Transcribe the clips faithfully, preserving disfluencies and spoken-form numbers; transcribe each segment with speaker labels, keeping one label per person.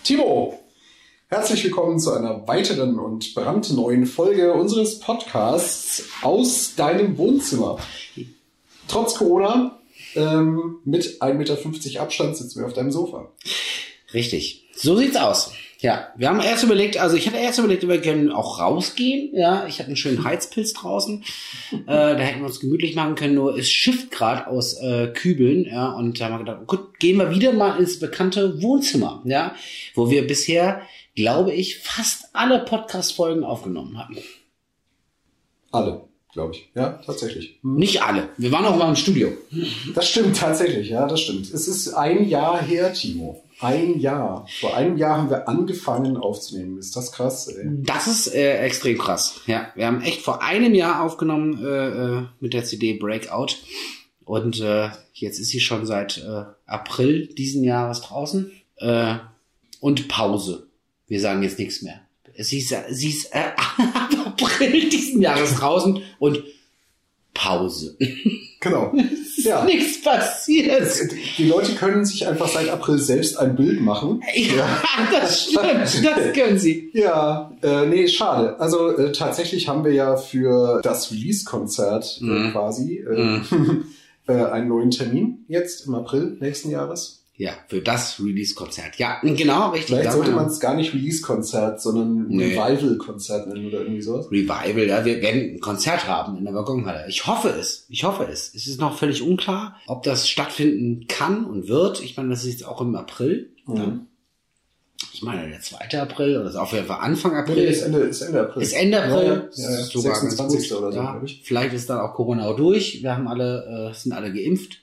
Speaker 1: Timo, herzlich willkommen zu einer weiteren und brandneuen Folge unseres Podcasts aus deinem Wohnzimmer. Trotz Corona, ähm, mit ein Meter fünfzig Abstand sitzen wir auf deinem Sofa.
Speaker 2: Richtig, so sieht's aus. Ja, wir haben erst überlegt, also ich hatte erst überlegt, wir können auch rausgehen. Ja, ich hatte einen schönen Heizpilz draußen. äh, da hätten wir uns gemütlich machen können, nur es schifft gerade aus äh, Kübeln. Ja, und da haben wir gedacht, gut, gehen wir wieder mal ins bekannte Wohnzimmer, ja, wo wir bisher, glaube ich, fast alle Podcast-Folgen aufgenommen hatten.
Speaker 1: Alle, glaube ich. Ja, tatsächlich.
Speaker 2: Nicht alle. Wir waren auch mal im Studio.
Speaker 1: Das stimmt tatsächlich, ja, das stimmt. Es ist ein Jahr her, Timo. Ein Jahr. Vor einem Jahr haben wir angefangen aufzunehmen. Ist das krass, ey?
Speaker 2: Das ist äh, extrem krass. Ja, wir haben echt vor einem Jahr aufgenommen äh, mit der C D Breakout. Und äh, jetzt ist sie schon seit äh, April diesen Jahres draußen. Äh, und Pause. Wir sagen jetzt nichts mehr. Sie ist, sie ist äh, ab April diesen Jahres draußen und Pause.
Speaker 1: Genau.
Speaker 2: Ja. Nichts passiert.
Speaker 1: Die Leute können sich einfach seit April selbst ein Bild machen.
Speaker 2: Ja, das stimmt. Das können sie.
Speaker 1: Ja, äh, nee, schade. Also äh, tatsächlich haben wir ja für das Release-Konzert
Speaker 2: mm.
Speaker 1: äh, quasi äh, mm. äh, einen neuen Termin jetzt im April nächsten Jahres.
Speaker 2: Ja, für das Release-Konzert. Ja, genau, richtig.
Speaker 1: Vielleicht sollte man es gar nicht Release-Konzert, sondern nee. Revival-Konzert nennen oder irgendwie sowas.
Speaker 2: Revival, ja, wir werden ein Konzert haben in der Waggonhalle. Ich hoffe es, ich hoffe es. Es ist noch völlig unklar, ob das stattfinden kann und wird. Ich meine, das ist jetzt auch im April. Mhm. Ja. Ich meine, der zweite April oder ist auf jeden Fall Anfang April.
Speaker 1: Nee, ist Ende, ist Ende April.
Speaker 2: Ist Ende April. Ja, ja.
Speaker 1: Ist ja, ja. sogar sechsundzwanzigsten oder so,
Speaker 2: ja.
Speaker 1: glaube ich.
Speaker 2: Vielleicht ist dann auch Corona auch durch. Wir haben alle, äh, sind alle geimpft.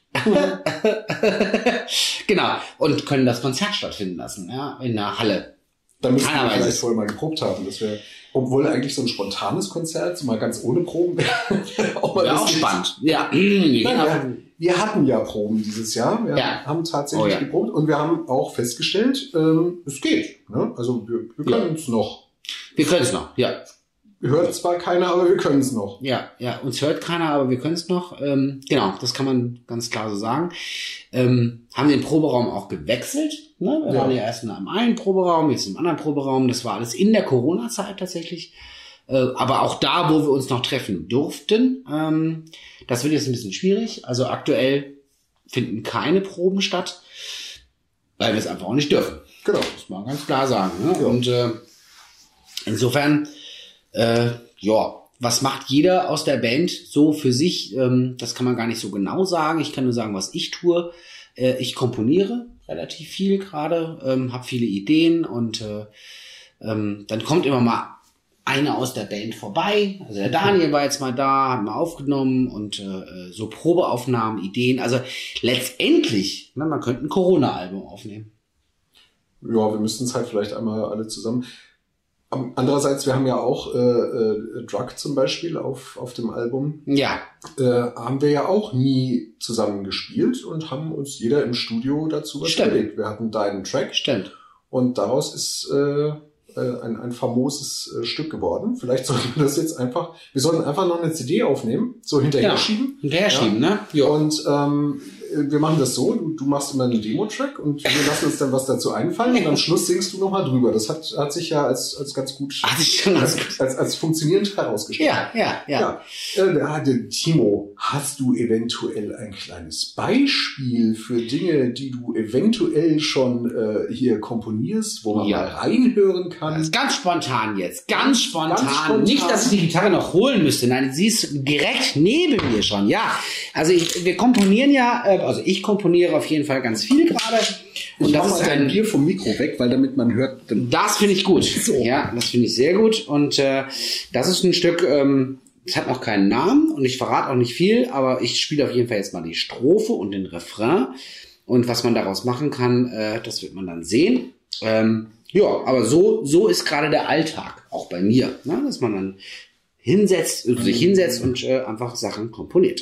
Speaker 2: Genau. Und können das Konzert stattfinden lassen, ja, in der Halle.
Speaker 1: Da müssen wir vielleicht vorher mal geprobt haben. Das wäre, obwohl eigentlich so ein spontanes Konzert, so mal ganz ohne Proben, wäre auch,
Speaker 2: wär auch spannend. Ja.
Speaker 1: Nein, wir, wir hatten ja Proben dieses Jahr. Wir ja. haben tatsächlich oh, ja. geprobt und wir haben auch festgestellt, ähm, es geht. Ne? Also wir, wir können es ja. noch.
Speaker 2: Wir können es noch, ja.
Speaker 1: Hört zwar keiner, aber wir können es noch.
Speaker 2: Ja, ja, uns hört keiner, aber wir können es noch. Ähm, genau, das kann man ganz klar so sagen. Ähm, haben den Proberaum auch gewechselt. Ne? Wir ja. waren ja erst in einem einen Proberaum, jetzt im anderen Proberaum. Das war alles in der Corona-Zeit tatsächlich. Äh, aber auch da, wo wir uns noch treffen durften. Ähm, das wird jetzt ein bisschen schwierig. Also aktuell finden keine Proben statt, weil wir es einfach auch nicht dürfen.
Speaker 1: Genau.
Speaker 2: Das muss man ganz klar sagen. Ne?
Speaker 1: Ja.
Speaker 2: Und äh, insofern... Äh, ja, was macht jeder aus der Band so für sich? Ähm, das kann man gar nicht so genau sagen. Ich kann nur sagen, was ich tue. Äh, ich komponiere relativ viel gerade, ähm, habe viele Ideen und äh, ähm, dann kommt immer mal einer aus der Band vorbei. Also der Daniel war jetzt mal da, hat mal aufgenommen und äh, so Probeaufnahmen, Ideen. Also letztendlich, na, man könnte ein Corona-Album aufnehmen.
Speaker 1: Ja, wir müssten es halt vielleicht einmal alle zusammen... Andererseits, wir haben ja auch äh, äh, Drug zum Beispiel auf auf dem Album.
Speaker 2: Ja.
Speaker 1: Äh, haben wir ja auch nie zusammen gespielt und haben uns jeder im Studio dazu was überlegt. Wir hatten deinen Track.
Speaker 2: Stimmt.
Speaker 1: Und daraus ist äh, äh, ein, ein famoses äh, Stück geworden. Vielleicht sollten wir das jetzt einfach, wir sollten einfach noch eine C D aufnehmen, so hinterher
Speaker 2: ja,
Speaker 1: schieben.
Speaker 2: Hinterher
Speaker 1: ja.
Speaker 2: schieben, ne?
Speaker 1: Ja. Und ähm, wir machen das so, du, du machst immer einen Demo-Track und wir lassen uns dann was dazu einfallen und am Schluss singst du nochmal drüber. Das hat, hat sich ja als, als ganz gut,
Speaker 2: hat sich schon
Speaker 1: als, als, als funktionierend herausgestellt.
Speaker 2: Ja, ja, ja.
Speaker 1: ja. Äh, Timo, hast du eventuell ein kleines Beispiel für Dinge, die du eventuell schon äh, hier komponierst, wo man ja. mal reinhören kann?
Speaker 2: Das ist ganz spontan jetzt, ganz spontan.
Speaker 1: ganz spontan.
Speaker 2: Nicht, dass ich die Gitarre noch holen müsste. Nein, sie ist direkt neben mir schon. Ja, also ich, wir komponieren ja, äh, also ich komponiere auf jeden Fall ganz viel gerade.
Speaker 1: Und ich das ist ein Bier vom Mikro weg, weil damit man hört.
Speaker 2: Das finde ich gut. So. Ja, das finde ich sehr gut. Und äh, das ist ein Stück, ähm, es hat noch keinen Namen und ich verrate auch nicht viel, aber ich spiele auf jeden Fall jetzt mal die Strophe und den Refrain. Und was man daraus machen kann, äh, das wird man dann sehen. Ähm, ja, aber so so ist gerade der Alltag, auch bei mir, ne? Dass man dann hinsetzt, also sich hinsetzt und äh, einfach Sachen komponiert.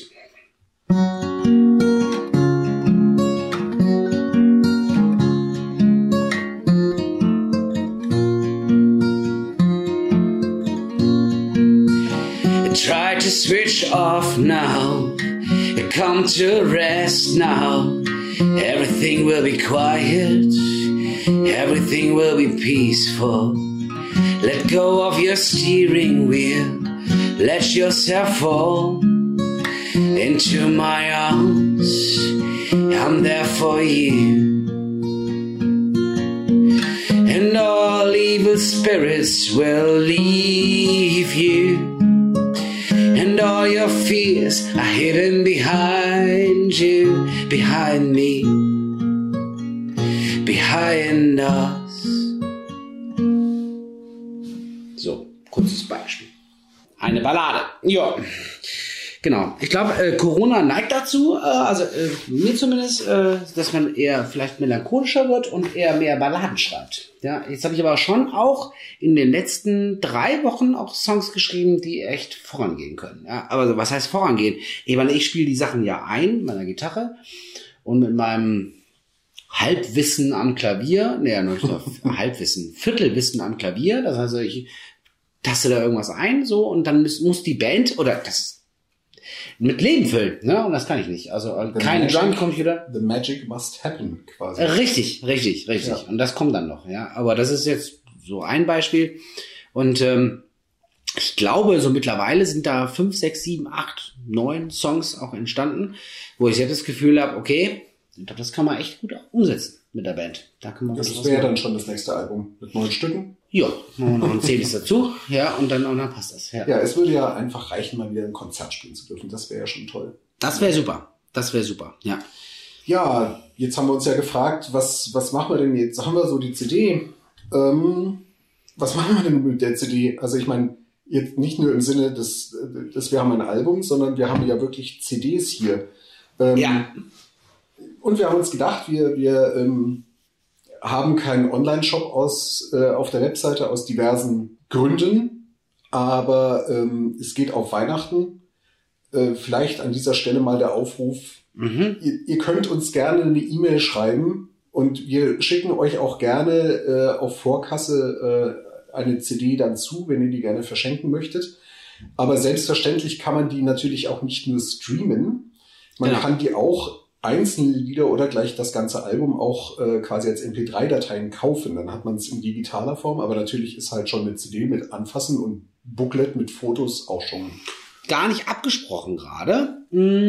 Speaker 2: Try to switch off now, come to rest now, everything will be quiet, everything will be peaceful. Let go of your steering wheel, let yourself fall into my arms. I'm there for you. And all evil spirits will leave you. And all your fears are hidden behind you, behind me, behind us. So, kurzes Beispiel. Eine Ballade. Ja. Genau. Ich glaube, äh, Corona neigt dazu, äh, also äh, mir zumindest, äh, dass man eher vielleicht melancholischer wird und eher mehr Balladen schreibt. Ja, jetzt habe ich aber schon auch in den letzten drei Wochen auch Songs geschrieben, die echt vorangehen können. Ja, aber was heißt vorangehen? Ich meine, ich spiele die Sachen ja ein mit meiner Gitarre und mit meinem Halbwissen am Klavier, naja, noch nicht Halbwissen, Viertelwissen am Klavier. Das heißt, ich taste da irgendwas ein, so, und dann muss, muss die Band, oder das mit Leben füllen, ne? Und das kann ich nicht. Also keine Drumcomputer.
Speaker 1: The magic must happen, quasi.
Speaker 2: Richtig, richtig, richtig. Ja. Und das kommt dann noch, ja. Aber das ist jetzt so ein Beispiel. Und ähm, ich glaube, so mittlerweile sind da fünf, sechs, sieben, acht, neun Songs auch entstanden, wo ich jetzt das Gefühl habe, okay, das kann man echt gut umsetzen mit der Band. Da kann man
Speaker 1: das wäre dann schon das nächste Album mit neun Stücken.
Speaker 2: Ja, machen wir noch ein zehntes dazu, ja, und dann, und dann passt das. Ja.
Speaker 1: ja, es würde ja einfach reichen, mal wieder ein Konzert spielen zu dürfen. Das wäre ja schon toll.
Speaker 2: Das wäre super. Das wäre super, ja.
Speaker 1: Ja, jetzt haben wir uns ja gefragt, was, was machen wir denn jetzt? Haben wir so die C D? Ähm, was machen wir denn mit der C D? Also ich meine, jetzt nicht nur im Sinne des, dass wir haben ein Album, sondern wir haben ja wirklich C Ds hier. Ähm,
Speaker 2: ja.
Speaker 1: Und wir haben uns gedacht, wir, wir ähm, haben keinen Online-Shop aus, äh, auf der Webseite aus diversen Gründen, aber ähm, es geht auf Weihnachten. Äh, vielleicht an dieser Stelle mal der Aufruf, mhm. ihr, ihr könnt uns gerne eine E-Mail schreiben und wir schicken euch auch gerne äh, auf Vorkasse äh, eine C D dann zu, wenn ihr die gerne verschenken möchtet. Aber selbstverständlich kann man die natürlich auch nicht nur streamen, man genau. kann die auch einzelne Lieder oder gleich das ganze Album auch äh, quasi als M P drei Dateien kaufen. Dann hat man es in digitaler Form, aber natürlich ist halt schon eine C D mit Anfassen und Booklet mit Fotos auch schon.
Speaker 2: Gar nicht abgesprochen gerade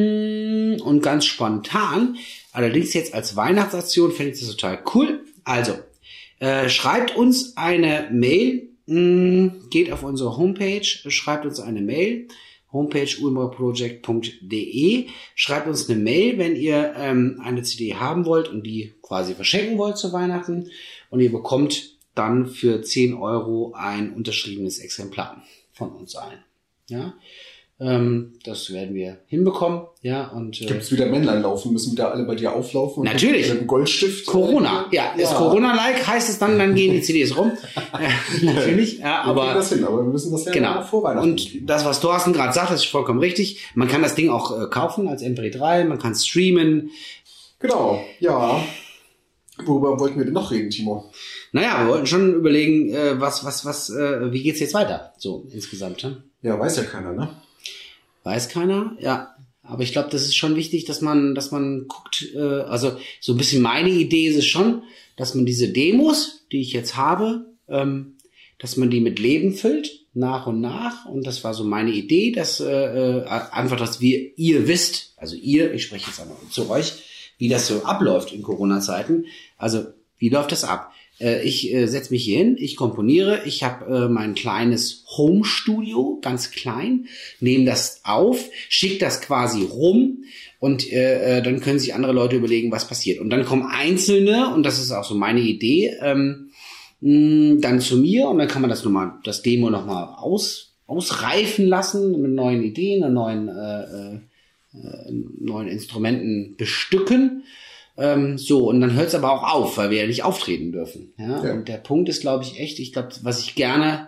Speaker 2: und ganz spontan. Allerdings jetzt als Weihnachtsaktion fände ich das total cool. Also, äh, schreibt uns eine Mail, mh, geht auf unsere Homepage, schreibt uns eine Mail. Homepage ulmerproject punkt de. Schreibt uns eine Mail, wenn ihr ähm, eine C D haben wollt und die quasi verschenken wollt zu Weihnachten. Und ihr bekommt dann für zehn Euro ein unterschriebenes Exemplar von uns allen. Ja, ähm, das werden wir hinbekommen. Ja, und äh,
Speaker 1: gibt's wieder Männlein laufen? Müssen wieder alle bei dir auflaufen? Und
Speaker 2: natürlich.
Speaker 1: Mit einem Goldstift.
Speaker 2: Corona. Ja, ja. Ist Corona-like, heißt es dann, dann gehen die C Ds rum. Ja, natürlich. Ja, aber,
Speaker 1: wir das hin, aber wir müssen das ja
Speaker 2: genau.
Speaker 1: vor Weihnachten
Speaker 2: Und kriegen. Das, was Thorsten gerade sagt, das ist vollkommen richtig. Man kann das Ding auch äh, kaufen als M P drei, man kann streamen.
Speaker 1: Genau, ja. Worüber wollten wir denn noch reden, Timo?
Speaker 2: Naja, wir wollten schon überlegen, äh, was, was, was, äh, wie geht's jetzt weiter? So, insgesamt. Ne?
Speaker 1: Ja, weiß ja keiner, ne?
Speaker 2: Weiß keiner, ja. Aber ich glaube, das ist schon wichtig, dass man, dass man guckt, äh, also so ein bisschen meine Idee ist es schon, dass man diese Demos, die ich jetzt habe, ähm, dass man die mit Leben füllt, nach und nach. Und das war so meine Idee, dass äh, einfach, dass wir, ihr wisst, also ihr, ich spreche jetzt einmal zu euch, wie das so abläuft in Corona-Zeiten. Also, wie läuft das ab? Ich äh, setze mich hier hin, ich komponiere, ich habe äh, mein kleines Home-Studio, ganz klein, nehme das auf, schicke das quasi rum und äh, dann können sich andere Leute überlegen, was passiert. Und dann kommen Einzelne, und das ist auch so meine Idee, ähm, mh, dann zu mir und dann kann man das nochmal, das Demo nochmal aus, ausreifen lassen, mit neuen Ideen und neuen, äh, äh, neuen Instrumenten bestücken. Ähm, so, und dann hört es aber auch auf, weil wir ja nicht auftreten dürfen. Ja? Ja. Und der Punkt ist, glaube ich, echt, ich glaube, was ich gerne,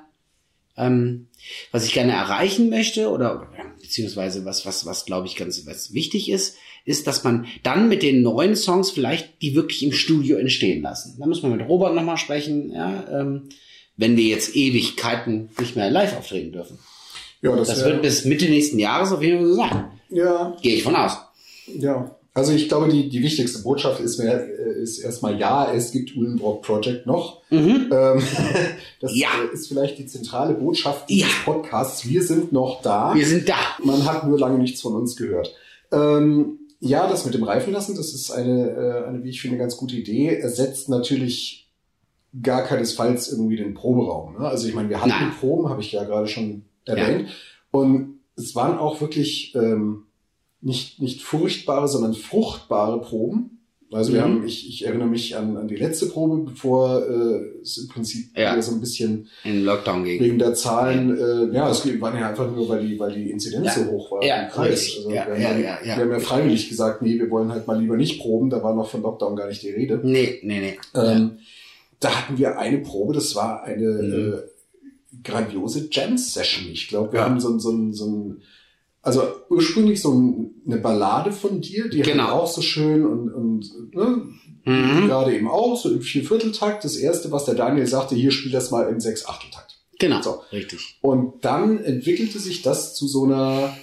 Speaker 2: ähm, was ich gerne erreichen möchte, oder beziehungsweise was, was, was glaube ich ganz was wichtig ist, ist, dass man dann mit den neuen Songs vielleicht die wirklich im Studio entstehen lassen. Da muss man mit Robert nochmal sprechen, ja, ähm, wenn wir jetzt Ewigkeiten nicht mehr live auftreten dürfen.
Speaker 1: Ja, das
Speaker 2: das wird bis Mitte nächsten Jahres auf jeden Fall so sein.
Speaker 1: Ja.
Speaker 2: Gehe ich von aus.
Speaker 1: Ja. Also ich glaube, die, die wichtigste Botschaft ist, mehr, ist erstmal, ja, es gibt Uhlenbrock Project noch. Mhm. Ähm, das ja. ist vielleicht die zentrale Botschaft dieses ja. Podcasts. Wir sind noch da.
Speaker 2: Wir sind da.
Speaker 1: Man hat nur lange nichts von uns gehört. Ähm, ja, das mit dem Reifen lassen, das ist eine, eine, wie ich finde, ganz gute Idee. Ersetzt natürlich gar keinesfalls irgendwie den Proberaum. Ne? Also ich meine, wir hatten Nein. Proben, habe ich ja gerade schon erwähnt. Ja. Und es waren auch wirklich... Ähm, nicht nicht furchtbare, sondern fruchtbare Proben. Also wir mhm. haben, ich, ich erinnere mich an, an die letzte Probe, bevor äh, es im Prinzip
Speaker 2: ja.
Speaker 1: wieder so ein bisschen
Speaker 2: in Lockdown ging.
Speaker 1: Wegen der Zahlen, ja, äh, ja es waren ja einfach nur, weil die, weil die Inzidenz ja. so hoch war
Speaker 2: ja.
Speaker 1: im Kreis. Also
Speaker 2: ja.
Speaker 1: wir,
Speaker 2: Ja.
Speaker 1: haben,
Speaker 2: Ja. Ja.
Speaker 1: wir haben ja freiwillig gesagt, nee, wir wollen halt mal lieber nicht proben, da war noch von Lockdown gar nicht die Rede.
Speaker 2: Nee, nee, nee.
Speaker 1: Ähm, ja. Da hatten wir eine Probe, das war eine mhm. äh, grandiose Jam-Session. Ich glaube, wir ja. haben so, so, so ein Also ursprünglich so eine Ballade von dir, die genau. halt auch so schön und, und ne, mhm. gerade eben auch so im Viervierteltakt. Das erste, was der Daniel sagte, hier spiel das mal im Sechsachteltakt.
Speaker 2: Genau,
Speaker 1: so.
Speaker 2: richtig.
Speaker 1: Und dann entwickelte sich das zu so einer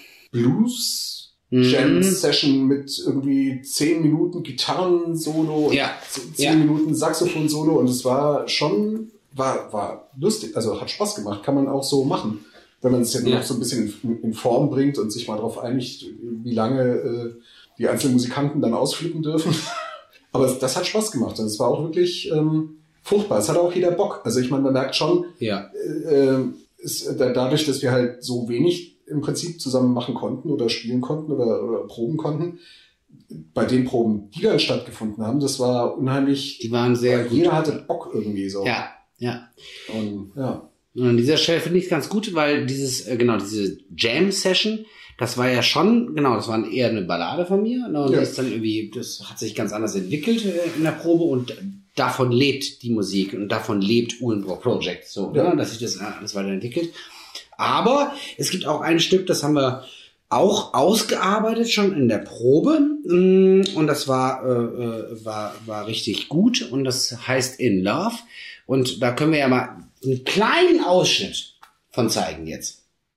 Speaker 1: Blues-Jam-Session mhm. mit irgendwie zehn Minuten Gitarren-Solo und
Speaker 2: ja.
Speaker 1: zehn ja. Minuten Saxophon-Solo. Und es war schon, war, war lustig, also hat Spaß gemacht, kann man auch so machen. Wenn man es jetzt ja. noch so ein bisschen in, in Form bringt und sich mal darauf einigt, wie lange äh, die einzelnen Musikanten dann ausflippen dürfen. Aber es, das hat Spaß gemacht. Und es war auch wirklich ähm, fruchtbar. Es hat auch jeder Bock. Also ich meine, man merkt schon,
Speaker 2: ja.
Speaker 1: äh, es, da, dadurch, dass wir halt so wenig im Prinzip zusammen machen konnten oder spielen konnten oder, oder proben konnten, bei den Proben, die dann stattgefunden haben, das war unheimlich.
Speaker 2: Die waren sehr gut.
Speaker 1: Jeder hatte Bock irgendwie so.
Speaker 2: Ja, ja.
Speaker 1: Und ja.
Speaker 2: Und an dieser Stelle finde ich es ganz gut, weil dieses, äh, genau, diese Jam-Session, das war ja schon, genau, das war eher eine Ballade von mir. Ne, und ja. das ist dann irgendwie, das hat sich ganz anders entwickelt äh, in der Probe und davon lebt die Musik und davon lebt Uhlenbrock Project, so, ja. ne, dass sich das alles weiterentwickelt. Aber es gibt auch ein Stück, das haben wir auch ausgearbeitet schon in der Probe und das war, äh, war, war richtig gut und das heißt In Love und da können wir ja mal einen kleinen Ausschnitt von zeigen jetzt.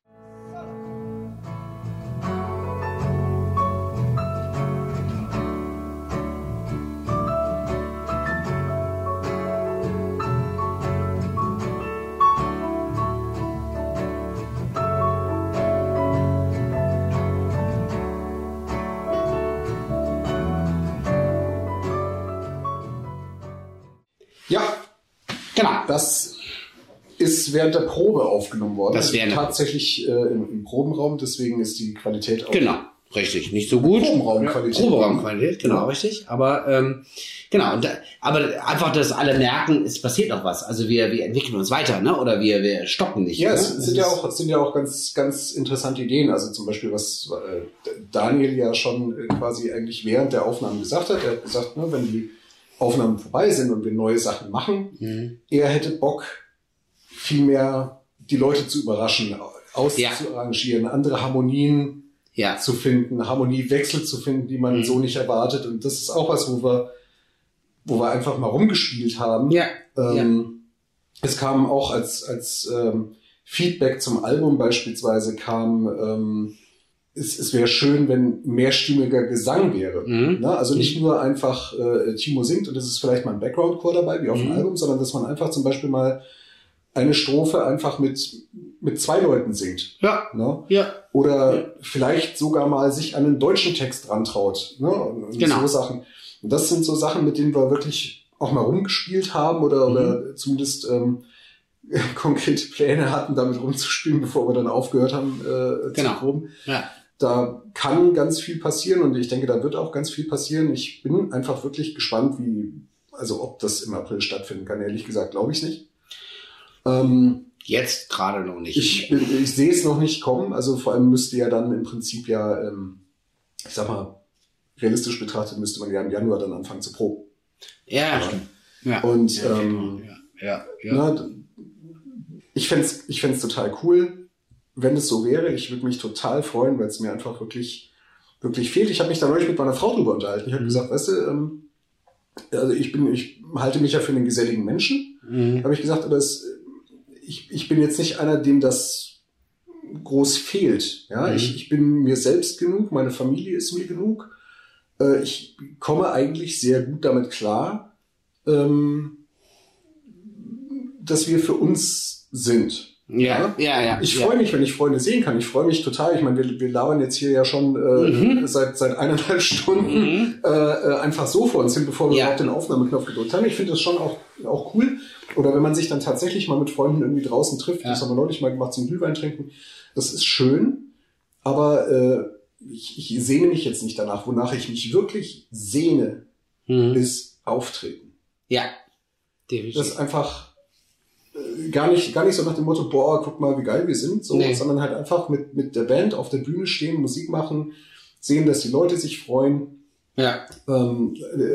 Speaker 1: Ja,
Speaker 2: genau.
Speaker 1: Das ist während der Probe aufgenommen worden.
Speaker 2: Das wäre
Speaker 1: tatsächlich äh, im, im Probenraum, deswegen ist die Qualität auch.
Speaker 2: Genau, richtig, nicht so gut.
Speaker 1: Probenraumqualität.
Speaker 2: Proberaumqualität, genau, genau, richtig. Aber ähm, genau, da, aber einfach, dass alle merken, es passiert noch was. Also wir wir entwickeln uns weiter, ne? Oder wir wir stoppen nicht.
Speaker 1: Ja,
Speaker 2: ne?
Speaker 1: es sind ja auch es sind ja auch ganz ganz interessante Ideen. Also zum Beispiel was äh, Daniel ja schon äh, quasi eigentlich während der Aufnahmen gesagt hat. Er hat gesagt, ne, wenn die Aufnahmen vorbei sind und wir neue Sachen machen, mhm. er hätte Bock, viel mehr die Leute zu überraschen, auszuarrangieren, ja. andere Harmonien
Speaker 2: ja.
Speaker 1: zu finden, Harmoniewechsel zu finden, die man mhm. so nicht erwartet. Und das ist auch was, wo wir, wo wir einfach mal rumgespielt haben.
Speaker 2: Ja.
Speaker 1: Ähm, ja. Es kam auch als, als ähm, Feedback zum Album beispielsweise kam, ähm, es, es wäre schön, wenn mehrstimmiger Gesang wäre. Mhm. Ne? Also nicht nur einfach äh, Timo singt und es ist vielleicht mal ein Background-Chor dabei, wie auf dem mhm. Album, sondern dass man einfach zum Beispiel mal eine Strophe einfach mit mit zwei Leuten singt.
Speaker 2: Ja.
Speaker 1: Ne?
Speaker 2: Ja.
Speaker 1: Oder
Speaker 2: ja.
Speaker 1: vielleicht sogar mal sich an einen deutschen Text dran traut. Ne? Und
Speaker 2: genau.
Speaker 1: so Sachen. Und das sind so Sachen, mit denen wir wirklich auch mal rumgespielt haben oder, mhm. oder zumindest ähm, konkrete Pläne hatten, damit rumzuspielen, bevor wir dann aufgehört haben äh,
Speaker 2: genau.
Speaker 1: zu proben.
Speaker 2: Ja.
Speaker 1: Da kann ganz viel passieren und ich denke, da wird auch ganz viel passieren. Ich bin einfach wirklich gespannt, wie, also ob das im April stattfinden kann. Ehrlich gesagt, glaube ich nicht. Ähm,
Speaker 2: Jetzt gerade noch nicht.
Speaker 1: Ich, ich sehe es noch nicht kommen. Also vor allem müsste ja dann im Prinzip ja, ähm, ich sag mal, realistisch betrachtet müsste man ja im Januar dann anfangen zu proben.
Speaker 2: Ja, ja.
Speaker 1: ja. Und
Speaker 2: ja,
Speaker 1: ähm,
Speaker 2: ja, ja, ja.
Speaker 1: Na, ich fände es ich fänd's total cool, wenn es so wäre. Ich würde mich total freuen, weil es mir einfach wirklich, wirklich fehlt. Ich habe mich da neulich mit meiner Frau drüber unterhalten. Ich habe mhm. gesagt, weißt du, ähm, also ich bin, ich halte mich ja für einen geselligen Menschen. Mhm. Habe ich gesagt, aber es, ich, ich bin jetzt nicht einer, dem das groß fehlt. Ja, mhm. ich, ich bin mir selbst genug, meine Familie ist mir genug. äh, ich komme eigentlich sehr gut damit klar, ähm, dass wir für uns sind.
Speaker 2: Ja, ja, ja.
Speaker 1: Ich
Speaker 2: ja.
Speaker 1: freue mich, wenn ich Freunde sehen kann. Ich freue mich total. Ich meine, wir, wir labern jetzt hier ja schon äh, mhm. seit seit eineinhalb Stunden mhm. äh, einfach so vor uns hin, bevor wir
Speaker 2: ja.
Speaker 1: überhaupt den Aufnahmeknopf gedrückt haben. Ich finde das schon auch auch cool. Oder wenn man sich dann tatsächlich mal mit Freunden irgendwie draußen trifft, ja. das haben wir neulich mal gemacht zum Glühwein trinken. Das ist schön, aber äh, ich, ich sehne mich jetzt nicht danach. Wonach ich mich wirklich sehne, mhm. ist Auftreten.
Speaker 2: Ja, definitiv.
Speaker 1: Das ist einfach Gar nicht, gar nicht so nach dem Motto, boah, guck mal, wie geil wir sind, so, nee. sondern halt einfach mit, mit der Band auf der Bühne stehen, Musik machen, sehen, dass die Leute sich freuen.
Speaker 2: Ja.
Speaker 1: Ähm,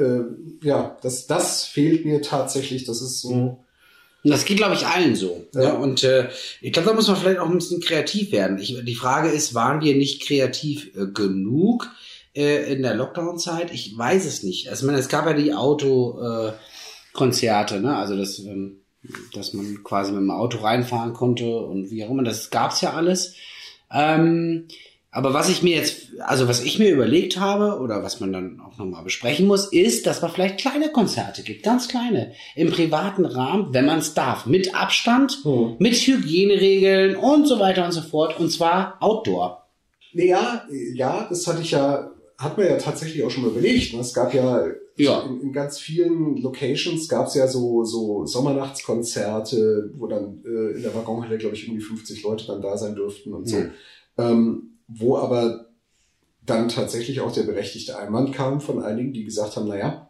Speaker 1: äh, ja, das, das fehlt mir tatsächlich, das ist so.
Speaker 2: Mhm. Das geht, glaube ich, allen so. Ja. Ja, und äh, ich glaube, da muss man vielleicht auch ein bisschen kreativ werden. Ich, die Frage ist, waren wir nicht kreativ äh, genug äh, in der Lockdown-Zeit? Ich weiß es nicht. Also, ich meine, es gab ja die Autokonzerte, äh, ne? Also das ähm, dass man quasi mit dem Auto reinfahren konnte und wie auch immer, das gab's ja alles. Ähm, aber was ich mir jetzt, also was ich mir überlegt habe oder was man dann auch nochmal besprechen muss, ist, dass man vielleicht kleine Konzerte gibt, ganz kleine, im privaten Rahmen, wenn man es darf, mit Abstand, hm. mit Hygieneregeln und so weiter und so fort, und zwar Outdoor.
Speaker 1: Ja, ja, das hatte ich ja, hat man ja tatsächlich auch schon mal überlegt. Es gab ja Ja. In, in ganz vielen Locations gab es ja so so Sommernachtskonzerte, wo dann äh, in der Waggonhalle, glaube ich, irgendwie fünfzig Leute dann da sein dürften und so. Mhm. Ähm, wo aber dann tatsächlich auch der berechtigte Einwand kam von einigen, die gesagt haben, naja,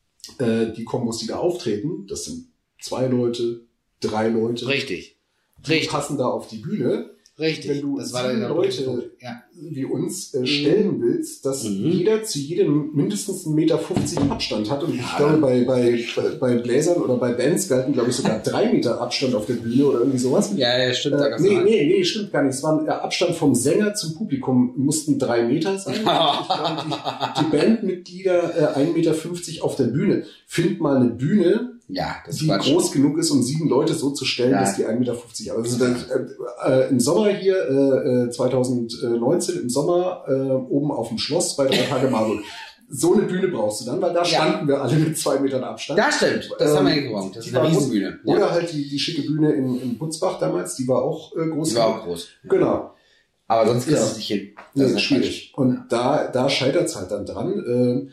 Speaker 1: äh, die Kombos, die da auftreten, das sind zwei Leute, drei Leute.
Speaker 2: Richtig.
Speaker 1: Die Richtig. passen da auf die Bühne.
Speaker 2: Richtig.
Speaker 1: Wenn du
Speaker 2: das war
Speaker 1: sieben Leute
Speaker 2: ja.
Speaker 1: wie uns äh, stellen willst, dass mhm. jeder zu jedem mindestens einen Meter fünfzig Abstand hat. Und ja, ich glaube, bei, bei, bei Bläsern oder bei Bands galten, glaube ich, sogar drei Meter Abstand auf der Bühne oder irgendwie sowas.
Speaker 2: Ja, ja, stimmt.
Speaker 1: Äh, nee, nee, nee, stimmt gar nicht. Es war ein Abstand vom Sänger zum Publikum, mussten drei Meter sein. Ich glaube, die, die Bandmitglieder äh, ein Meter fünfzig auf der Bühne. Find mal eine Bühne,
Speaker 2: ja, das
Speaker 1: die groß genug ist, um sieben Leute so zu stellen, ja. dass die ein Meter fünfzig. Also das, äh, äh, im Sommer hier, äh, zwanzig neunzehn, im Sommer, äh, oben auf dem Schloss bei drei Tage Marburg. So eine Bühne brauchst du dann, weil da standen ja. wir alle mit zwei Metern Abstand.
Speaker 2: Das stimmt, das ähm, haben wir hingebracht. Das ist eine Riesenbühne.
Speaker 1: Oder ja. halt die, die schicke Bühne in, in Butzbach damals, die war auch äh, groß.
Speaker 2: Die war auch groß.
Speaker 1: Genau.
Speaker 2: Aber sonst kriegst du es nicht hin.
Speaker 1: Das, das ist schwierig. Und ja. da, da scheitert es halt dann dran. Äh,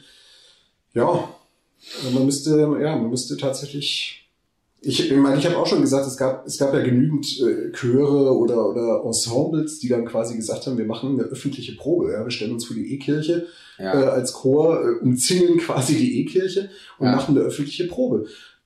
Speaker 1: ja, man müsste, ja, man müsste tatsächlich. Ich, ich meine, ich habe auch schon gesagt, es gab, es gab ja genügend äh, Chöre oder, oder Ensembles, die dann quasi gesagt haben, wir machen eine öffentliche Probe. Ja? Wir stellen uns vor die E-Kirche ja. äh, als Chor, äh, umzingeln quasi die E-Kirche und ja. machen eine öffentliche Probe.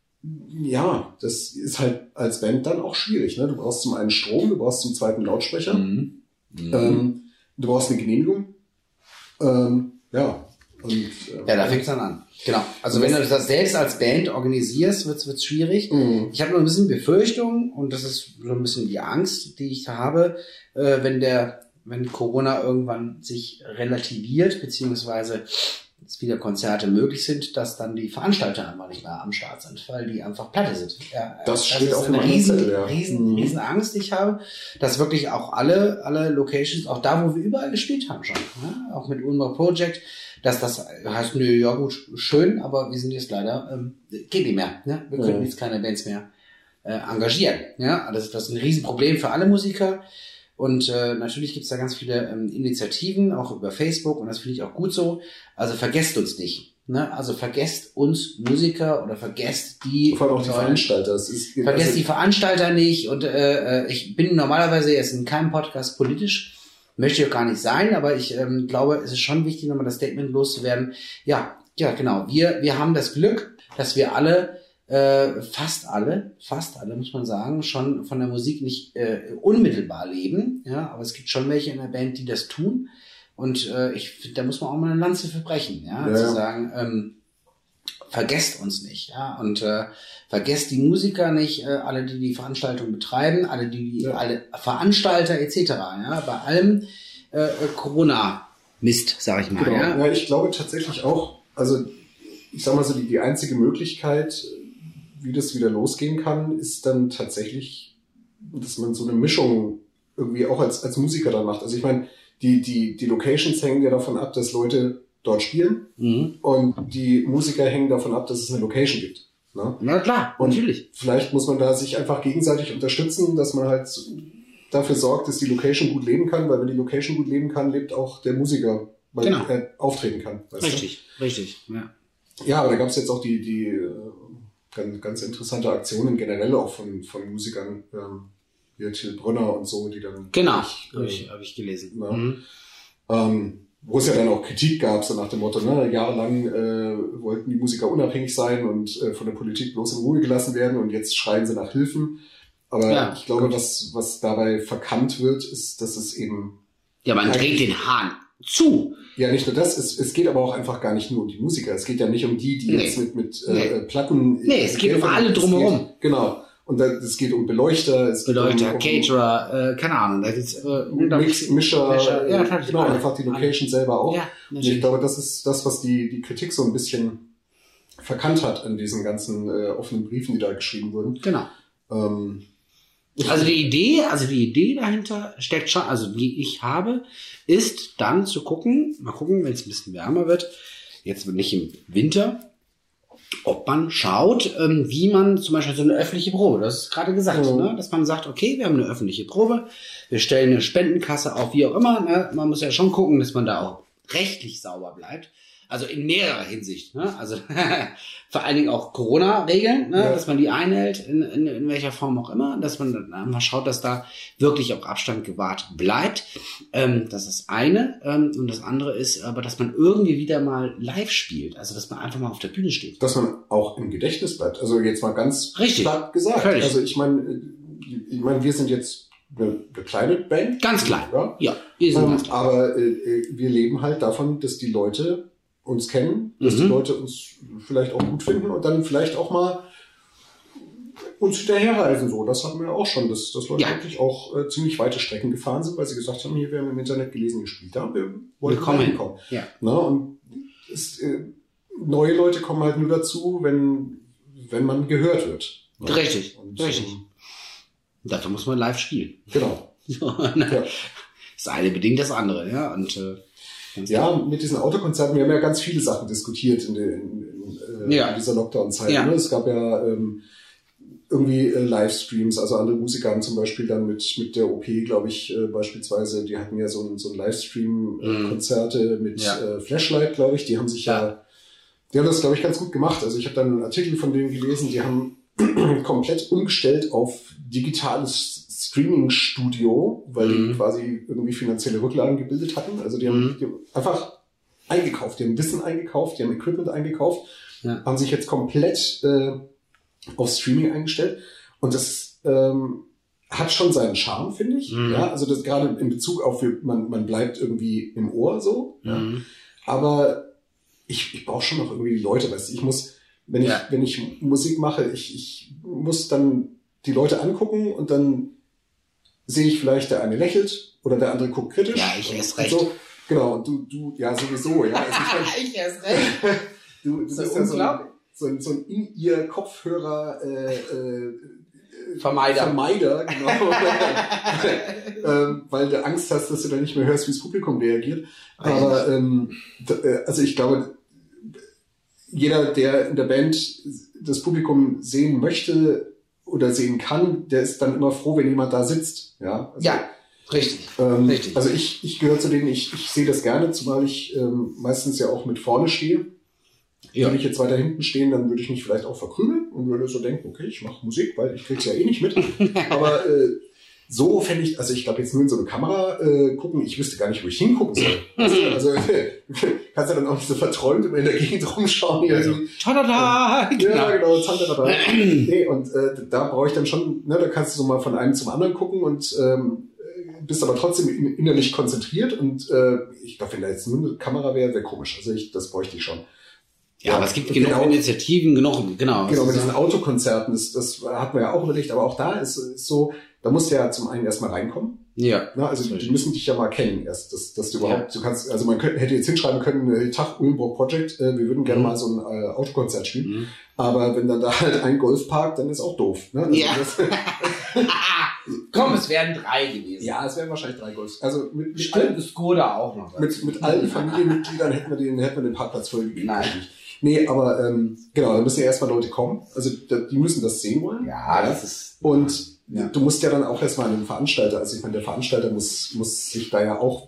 Speaker 1: Ja, das ist halt als Band dann auch schwierig. Ne? Du brauchst zum einen Strom, du brauchst zum zweiten Lautsprecher, mhm. Mhm. Ähm, du brauchst eine Genehmigung. Ähm, ja. Und, äh,
Speaker 2: ja, da fängt's dann an. Genau. Also wenn du das selbst als Band organisierst, wird's wird's schwierig. Mhm. Ich habe nur ein bisschen Befürchtung und das ist so ein bisschen die Angst, die ich da habe, äh, wenn der, wenn Corona irgendwann sich relativiert, beziehungsweise jetzt wieder Konzerte möglich sind, dass dann die Veranstalter einfach nicht mehr am Start sind, weil die einfach pleite sind. Ja,
Speaker 1: das, das steht auf
Speaker 2: eine riesen, Zettel, ja. riesen, riesen Angst, die ich habe, dass wirklich auch alle, alle Locations, auch da, wo wir überall gespielt haben schon, ja, auch mit Ulmer Project, dass das heißt, nö, ja gut, schön, aber wir sind jetzt leider, ähm, geht nicht mehr, ne? Wir können ja. jetzt keine Bands mehr äh, engagieren, ja, das, das ist ein Riesenproblem für alle Musiker. Und äh, natürlich gibt's da ganz viele ähm, Initiativen, auch über Facebook, und das finde ich auch gut so. Also vergesst uns nicht. Ne? Also vergesst uns Musiker oder vergesst die...
Speaker 1: Vor allem auch die Veranstalter. Es ist,
Speaker 2: vergesst
Speaker 1: also
Speaker 2: die Veranstalter nicht. Und äh, ich bin normalerweise jetzt in keinem Podcast politisch, möchte ich auch gar nicht sein, aber ich ähm, glaube, es ist schon wichtig, nochmal das Statement loszuwerden. Ja, ja, genau. Wir, wir haben das Glück, dass wir alle Äh, fast alle, fast alle, muss man sagen, schon von der Musik nicht äh, unmittelbar leben, ja, aber es gibt schon welche in der Band, die das tun, und äh, ich finde, da muss man auch mal eine Lanze für brechen, ja, ja. zu sagen, ähm, vergesst uns nicht, ja, und äh, vergesst die Musiker nicht, äh, alle, die die Veranstaltung betreiben, alle, die, die ja. alle Veranstalter et cetera, ja, bei allem äh, Corona-Mist, sag ich mal,
Speaker 1: genau.
Speaker 2: ja.
Speaker 1: Ja, ich glaube tatsächlich auch, also ich sag mal so, die, die einzige Möglichkeit, wie das wieder losgehen kann, ist dann tatsächlich, dass man so eine Mischung irgendwie auch als als Musiker dann macht. Also ich meine, die die die Locations hängen ja davon ab, dass Leute dort spielen
Speaker 2: Mhm.
Speaker 1: und die Musiker hängen davon ab, dass es eine Location gibt. Ne?
Speaker 2: Na klar,
Speaker 1: Und
Speaker 2: natürlich.
Speaker 1: vielleicht muss man da sich einfach gegenseitig unterstützen, dass man halt dafür sorgt, dass die Location gut leben kann, weil wenn die Location gut leben kann, lebt auch der Musiker, weil
Speaker 2: Genau.
Speaker 1: er auftreten kann. Weißt
Speaker 2: Richtig, richtig, ja.
Speaker 1: du? Ja, aber da gab es jetzt auch die, die äh, ganz, ganz interessante Aktionen generell auch von, von Musikern, ähm, wie Till Brönner und so, die dann...
Speaker 2: Genau,
Speaker 1: wirklich,
Speaker 2: habe
Speaker 1: äh,
Speaker 2: ich, hab ich gelesen.
Speaker 1: Ja.
Speaker 2: Mhm.
Speaker 1: Ähm, wo es ja dann auch Kritik gab, so nach dem Motto, ne, jahrelang äh, wollten die Musiker unabhängig sein und äh, von der Politik bloß in Ruhe gelassen werden und jetzt schreien sie nach Hilfen. Aber
Speaker 2: Ja,
Speaker 1: ich glaube,
Speaker 2: gut.
Speaker 1: was, was dabei verkannt wird, ist, dass es eben,
Speaker 2: Ja, man dreht den Hahn zu.
Speaker 1: ja nicht nur das, es, es geht aber auch einfach gar nicht nur um die Musiker. Es geht ja nicht um die, die
Speaker 2: Nee.
Speaker 1: jetzt mit, mit
Speaker 2: Nee.
Speaker 1: äh, Platten...
Speaker 2: Nee, es geht
Speaker 1: Geld
Speaker 2: um alle
Speaker 1: verdienen. Es
Speaker 2: drumherum.
Speaker 1: Geht, genau. Und da, es geht um Beleuchter, es geht
Speaker 2: Beleuchter,
Speaker 1: um, um
Speaker 2: Caterer, äh, keine Ahnung. Das ist, äh,
Speaker 1: Mix, Mischer,
Speaker 2: Mischer, ja,
Speaker 1: äh,
Speaker 2: natürlich.
Speaker 1: genau, einfach die Location selber auch.
Speaker 2: Ja,
Speaker 1: Und ich
Speaker 2: natürlich.
Speaker 1: glaube, das ist das, was die, die Kritik so ein bisschen verkannt hat an diesen ganzen äh, offenen Briefen, die da geschrieben wurden.
Speaker 2: Genau.
Speaker 1: Ähm,
Speaker 2: Also die Idee, also die Idee dahinter steckt schon, also die ich habe, ist dann zu gucken, mal gucken, wenn es ein bisschen wärmer wird, jetzt nicht im Winter, ob man schaut, ähm, wie man zum Beispiel so eine öffentliche Probe, das ist gerade gesagt,
Speaker 1: Mhm.
Speaker 2: ne, dass man sagt, okay, wir haben eine öffentliche Probe, wir stellen eine Spendenkasse auf, wie auch immer, ne, man muss ja schon gucken, dass man da auch rechtlich sauber bleibt. Also in mehrerer Hinsicht, ne? Also vor allen Dingen auch Corona-Regeln, ne?
Speaker 1: Ja.
Speaker 2: Dass man die einhält, in, in, in welcher Form auch immer, dass man dann mal schaut, dass da wirklich auch Abstand gewahrt bleibt. Ähm, das ist eine. Ähm, und das andere ist aber, dass man irgendwie wieder mal live spielt. Also dass man einfach mal auf der Bühne steht.
Speaker 1: dass man auch im Gedächtnis bleibt. Also jetzt mal ganz
Speaker 2: Richtig.
Speaker 1: platt gesagt.
Speaker 2: Völlig.
Speaker 1: Also ich meine, ich meine, wir sind jetzt eine, eine kleine Band.
Speaker 2: Ganz klein.
Speaker 1: Ja.
Speaker 2: Ja, wir sind
Speaker 1: Ähm,
Speaker 2: ganz klein.
Speaker 1: aber äh, wir leben halt davon, dass die Leute uns kennen, dass
Speaker 2: Mhm.
Speaker 1: die Leute uns vielleicht auch gut finden und dann vielleicht auch mal uns hinterherreisen. So, das hatten wir auch schon, dass, dass Leute
Speaker 2: Ja.
Speaker 1: wirklich auch äh, ziemlich weite Strecken gefahren sind, weil sie gesagt haben, hier, wir haben im Internet gelesen, gespielt haben, wir wollen
Speaker 2: Wir kommen hin.
Speaker 1: kommen.
Speaker 2: Ja.
Speaker 1: Na, und es, äh, neue Leute kommen halt nur dazu, wenn, wenn man gehört wird. Na?
Speaker 2: Richtig,
Speaker 1: Und,
Speaker 2: richtig.
Speaker 1: ähm,
Speaker 2: Dafür muss man live spielen.
Speaker 1: genau.
Speaker 2: So,
Speaker 1: Ja.
Speaker 2: ne? Das eine bedingt das andere, ja. Und äh, ganz
Speaker 1: Ja, mit diesen Autokonzerten, wir haben ja ganz viele Sachen diskutiert in, der, in, in, äh,
Speaker 2: Ja.
Speaker 1: in dieser Lockdown-Zeit.
Speaker 2: Ja.
Speaker 1: Ne? Es gab ja ähm, irgendwie äh, Livestreams, also andere Musiker haben zum Beispiel dann mit mit der O P, glaube ich, äh, beispielsweise, die hatten ja so ein, so ein Livestream-Konzerte
Speaker 2: Mhm.
Speaker 1: mit
Speaker 2: Ja.
Speaker 1: äh, Flashlight, glaube ich, die haben sich ja,
Speaker 2: Ja.
Speaker 1: die haben das, glaube ich, ganz gut gemacht. Also ich habe dann einen Artikel von denen gelesen, die haben komplett umgestellt auf digitales Streaming-Studio, weil
Speaker 2: Mhm.
Speaker 1: die quasi irgendwie finanzielle Rücklagen gebildet hatten. Also die haben,
Speaker 2: Mhm.
Speaker 1: die haben einfach eingekauft, die haben Wissen eingekauft, die haben Equipment eingekauft,
Speaker 2: Ja.
Speaker 1: haben sich jetzt komplett äh, auf Streaming eingestellt und das ähm, hat schon seinen Charme, finde ich.
Speaker 2: Mhm.
Speaker 1: Ja, also das gerade in Bezug auf, man, man bleibt irgendwie im Ohr so. Ja.
Speaker 2: Mhm.
Speaker 1: Aber ich, ich brauche schon noch irgendwie die Leute, weißt du, ich muss, wenn ich,
Speaker 2: Ja.
Speaker 1: wenn ich Musik mache, ich, ich muss dann die Leute angucken und dann sehe ich vielleicht, der eine lächelt oder der andere guckt kritisch.
Speaker 2: Ja, ich erst
Speaker 1: und
Speaker 2: recht.
Speaker 1: So. Genau, und du, du, ja, sowieso, ja. Also ich mein,
Speaker 2: ich erst recht.
Speaker 1: du, du
Speaker 2: Das
Speaker 1: bist
Speaker 2: ist
Speaker 1: ja so ein,
Speaker 2: unglaublich.
Speaker 1: so ein, so ein In-Ear-Kopfhörer, äh, äh,
Speaker 2: Vermeider.
Speaker 1: Vermeider, genau. ähm, weil du Angst hast, dass du dann nicht mehr hörst, wie das Publikum reagiert. Aber ähm, d- äh, also ich glaube, jeder, der in der Band das Publikum sehen möchte oder sehen kann, der ist dann immer froh, wenn jemand da sitzt. Ja, also,
Speaker 2: Ja, richtig.
Speaker 1: ähm,
Speaker 2: richtig.
Speaker 1: Also ich, ich gehöre zu denen, ich, ich sehe das gerne, zumal ich ähm, meistens ja auch mit vorne stehe.
Speaker 2: Ja.
Speaker 1: Würde ich jetzt weiter hinten stehen, dann würde ich mich vielleicht auch verkrümeln und würde so denken, okay, ich mache Musik, weil ich krieg's ja eh nicht mit. Aber äh, so fände ich, also ich glaube jetzt nur in so eine Kamera äh, gucken, ich wüsste gar nicht, wo ich hingucken soll. Weißt du? Also kannst ja dann auch nicht so verträumt immer in der Gegend rumschauen. Hier
Speaker 2: Also,
Speaker 1: irgendwie.
Speaker 2: tada!
Speaker 1: Ja, genau, Zanderada. Nee, und äh, da brauche ich dann schon, ne, da kannst du so mal von einem zum anderen gucken und ähm, bist aber trotzdem in- innerlich konzentriert und äh, ich glaube, wenn da jetzt nur eine Kamera wäre, wäre komisch. Also ich, das bräuchte ich schon.
Speaker 2: Ja, aber es gibt genug
Speaker 1: Genau.
Speaker 2: Initiativen, genug, genau.
Speaker 1: Genau, mit
Speaker 2: Also,
Speaker 1: diesen Autokonzerten, das, das hatten wir ja auch überlegt, aber auch da ist es so, da musst du ja zum einen erstmal reinkommen.
Speaker 2: ja.
Speaker 1: Ne? Also die,
Speaker 2: Richtig.
Speaker 1: die müssen dich ja mal kennen erst, dass, dass du überhaupt, du kannst, also man könnte, hätte jetzt hinschreiben können, äh, Tag Ulmburg Project, äh, wir würden gerne
Speaker 2: Mhm.
Speaker 1: mal so ein äh, Autokonzert spielen,
Speaker 2: Mhm.
Speaker 1: aber wenn dann da halt ein Golf parkt, dann ist auch doof. Ne? Also
Speaker 2: Ja.
Speaker 1: das,
Speaker 2: Komm, es wären drei gewesen.
Speaker 1: Ja, es wären wahrscheinlich drei Golf. Also mit, mit
Speaker 2: Stimmt, das Skoda auch noch.
Speaker 1: Mit, mit allen Familienmitgliedern hätten wir den, hätten wir den Parkplatz voll gekriegt.
Speaker 2: Nein.
Speaker 1: Nee, aber ähm, genau, da müssen ja erstmal Leute kommen. Also die müssen das sehen wollen.
Speaker 2: Ja, das ist...
Speaker 1: Und
Speaker 2: ja.
Speaker 1: du musst ja dann auch erstmal einen Veranstalter, also ich meine, der Veranstalter muss, muss sich da ja auch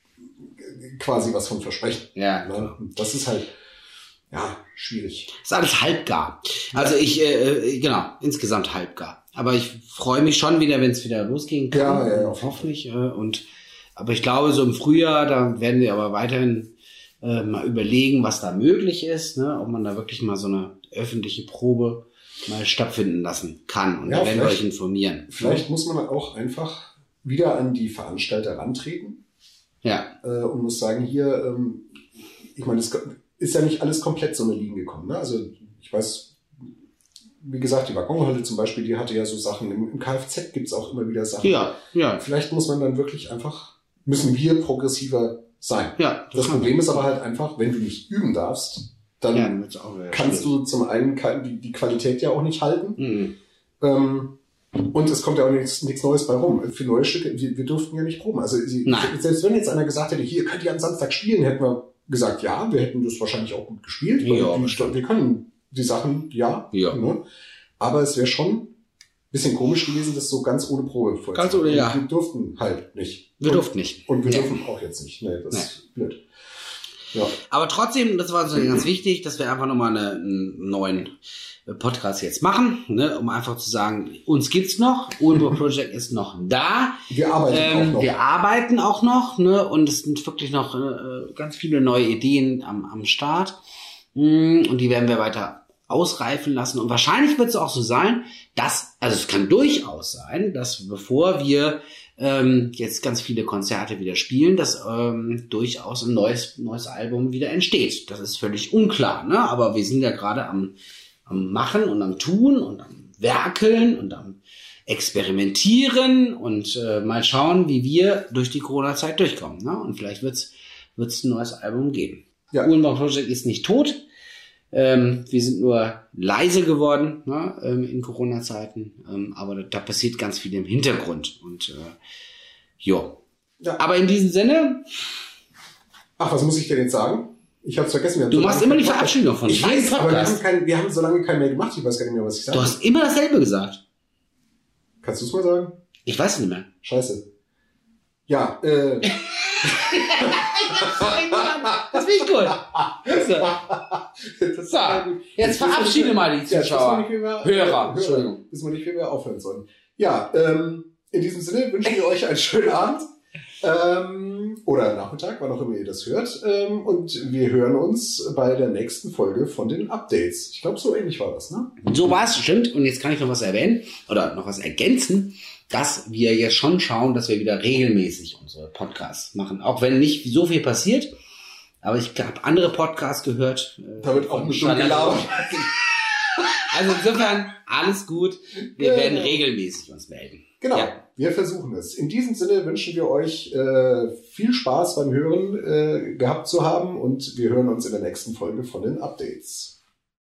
Speaker 1: quasi was von versprechen.
Speaker 2: Ja.
Speaker 1: Ne? Das ist halt, ja, schwierig.
Speaker 2: Das ist alles halbgar. Also ich, äh, genau, insgesamt halbgar. Aber ich freue mich schon wieder, wenn es wieder losgehen kann.
Speaker 1: Ja, ja, ja.
Speaker 2: Hoffentlich. Äh, und, aber ich glaube, so im Frühjahr, da werden wir aber weiterhin äh, mal überlegen, was da möglich ist, ne? Ob man da wirklich mal so eine öffentliche Probe mal stattfinden lassen kann. Und
Speaker 1: ja,
Speaker 2: da werden wir euch informieren.
Speaker 1: Vielleicht muss man auch einfach wieder an die Veranstalter rantreten.
Speaker 2: Ja.
Speaker 1: Äh, und muss sagen, hier, ähm, ich meine, es ist ja nicht alles komplett so eine Linie gekommen. Ne? Also ich weiß, wie gesagt, die Waggonhalle zum Beispiel, die hatte ja so Sachen. Im, im Kfz gibt's auch immer wieder Sachen.
Speaker 2: Ja, ja.
Speaker 1: Vielleicht muss man dann wirklich einfach, müssen wir progressiver sein.
Speaker 2: Ja.
Speaker 1: Das, das Problem ist aber halt einfach, wenn du nicht üben darfst, dann
Speaker 2: ja, auch
Speaker 1: kannst du zum einen die, die Qualität ja auch nicht halten.
Speaker 2: Mhm.
Speaker 1: Ähm, und es kommt ja auch nichts, nichts Neues bei rum. Für neue Stücke, wir, wir durften ja nicht proben. Also sie, selbst wenn jetzt einer gesagt hätte, hier könnt ihr am Samstag spielen, hätten wir gesagt, ja, wir hätten das wahrscheinlich auch gut gespielt. Weil
Speaker 2: ja,
Speaker 1: die, wir können die Sachen, ja.
Speaker 2: ja.
Speaker 1: Ne? Aber es wäre schon ein bisschen komisch gewesen, das so ganz ohne Probe vollzuziehen.
Speaker 2: Ganz ohne, ja.
Speaker 1: Wir durften halt nicht.
Speaker 2: Wir
Speaker 1: und,
Speaker 2: durften nicht.
Speaker 1: Und wir
Speaker 2: ja.
Speaker 1: dürfen auch jetzt nicht. Nee, das
Speaker 2: nee.
Speaker 1: ist blöd. Ja.
Speaker 2: Aber trotzdem, das war uns ganz wichtig, dass wir einfach nochmal eine, einen neuen Podcast jetzt machen, ne, um einfach zu sagen, uns gibt's noch, Uhlenburg Project ist noch da.
Speaker 1: Wir arbeiten
Speaker 2: ähm,
Speaker 1: auch noch.
Speaker 2: Wir arbeiten auch noch, ne, und es sind wirklich noch äh, ganz viele neue Ideen am, am Start. Und die werden wir weiter ausreifen lassen. Und wahrscheinlich wird es auch so sein, dass, also es kann durchaus sein, dass bevor wir ähm, jetzt ganz viele Konzerte wieder spielen, dass ähm, durchaus ein neues neues Album wieder entsteht. Das ist völlig unklar, ne? Aber wir sind ja gerade am, am Machen und am Tun und am Werkeln und am Experimentieren und äh, mal schauen, wie wir durch die Corona-Zeit durchkommen. Ne? Und vielleicht wird's wird's ein neues Album geben.
Speaker 1: Ja.
Speaker 2: Uhlenburg Project ist nicht tot. Ähm, wir sind nur leise geworden, ne, ähm, in Corona-Zeiten, ähm, aber da, da passiert ganz viel im Hintergrund und äh, jo.
Speaker 1: Ja.
Speaker 2: Aber in diesem Sinne.
Speaker 1: Ach, was muss ich denn jetzt sagen? Ich hab's vergessen. Wir haben
Speaker 2: Du
Speaker 1: so
Speaker 2: machst immer die Verabschiedung von
Speaker 1: Ich weiß, aber wir haben, kein, wir haben so lange keinen mehr gemacht. Ich weiß gar nicht mehr, was ich sage.
Speaker 2: Du hast immer dasselbe gesagt.
Speaker 1: Kannst du es mal sagen?
Speaker 2: Ich weiß es nicht mehr.
Speaker 1: Scheiße. Ja, äh.
Speaker 2: Das finde ich gut. So. So. Jetzt verabschiede mal die Zuschauer.
Speaker 1: Ja,
Speaker 2: Hörer. Entschuldigung.
Speaker 1: Wissen wir nicht, wie wir aufhören sollen. Ja, ähm, in diesem Sinne wünschen wir euch einen schönen Abend. Ähm, oder Nachmittag, wann auch immer ihr das hört. Ähm, und wir hören uns bei der nächsten Folge von den Updates. Ich glaube, so ähnlich war das, ne?
Speaker 2: So war es, stimmt. Und jetzt kann ich noch was erwähnen oder noch was ergänzen, dass wir jetzt schon schauen, dass wir wieder regelmäßig unsere Podcasts machen. Auch wenn nicht so viel passiert. Aber ich habe andere Podcasts gehört.
Speaker 1: Äh, da wird auch ein bisschen gelabert.
Speaker 2: Also insofern, alles gut. Wir ja. werden regelmäßig uns melden.
Speaker 1: Genau,
Speaker 2: ja.
Speaker 1: Wir versuchen es. In diesem Sinne wünschen wir euch äh, viel Spaß beim Hören äh, gehabt zu haben und wir hören uns in der nächsten Folge von den Updates.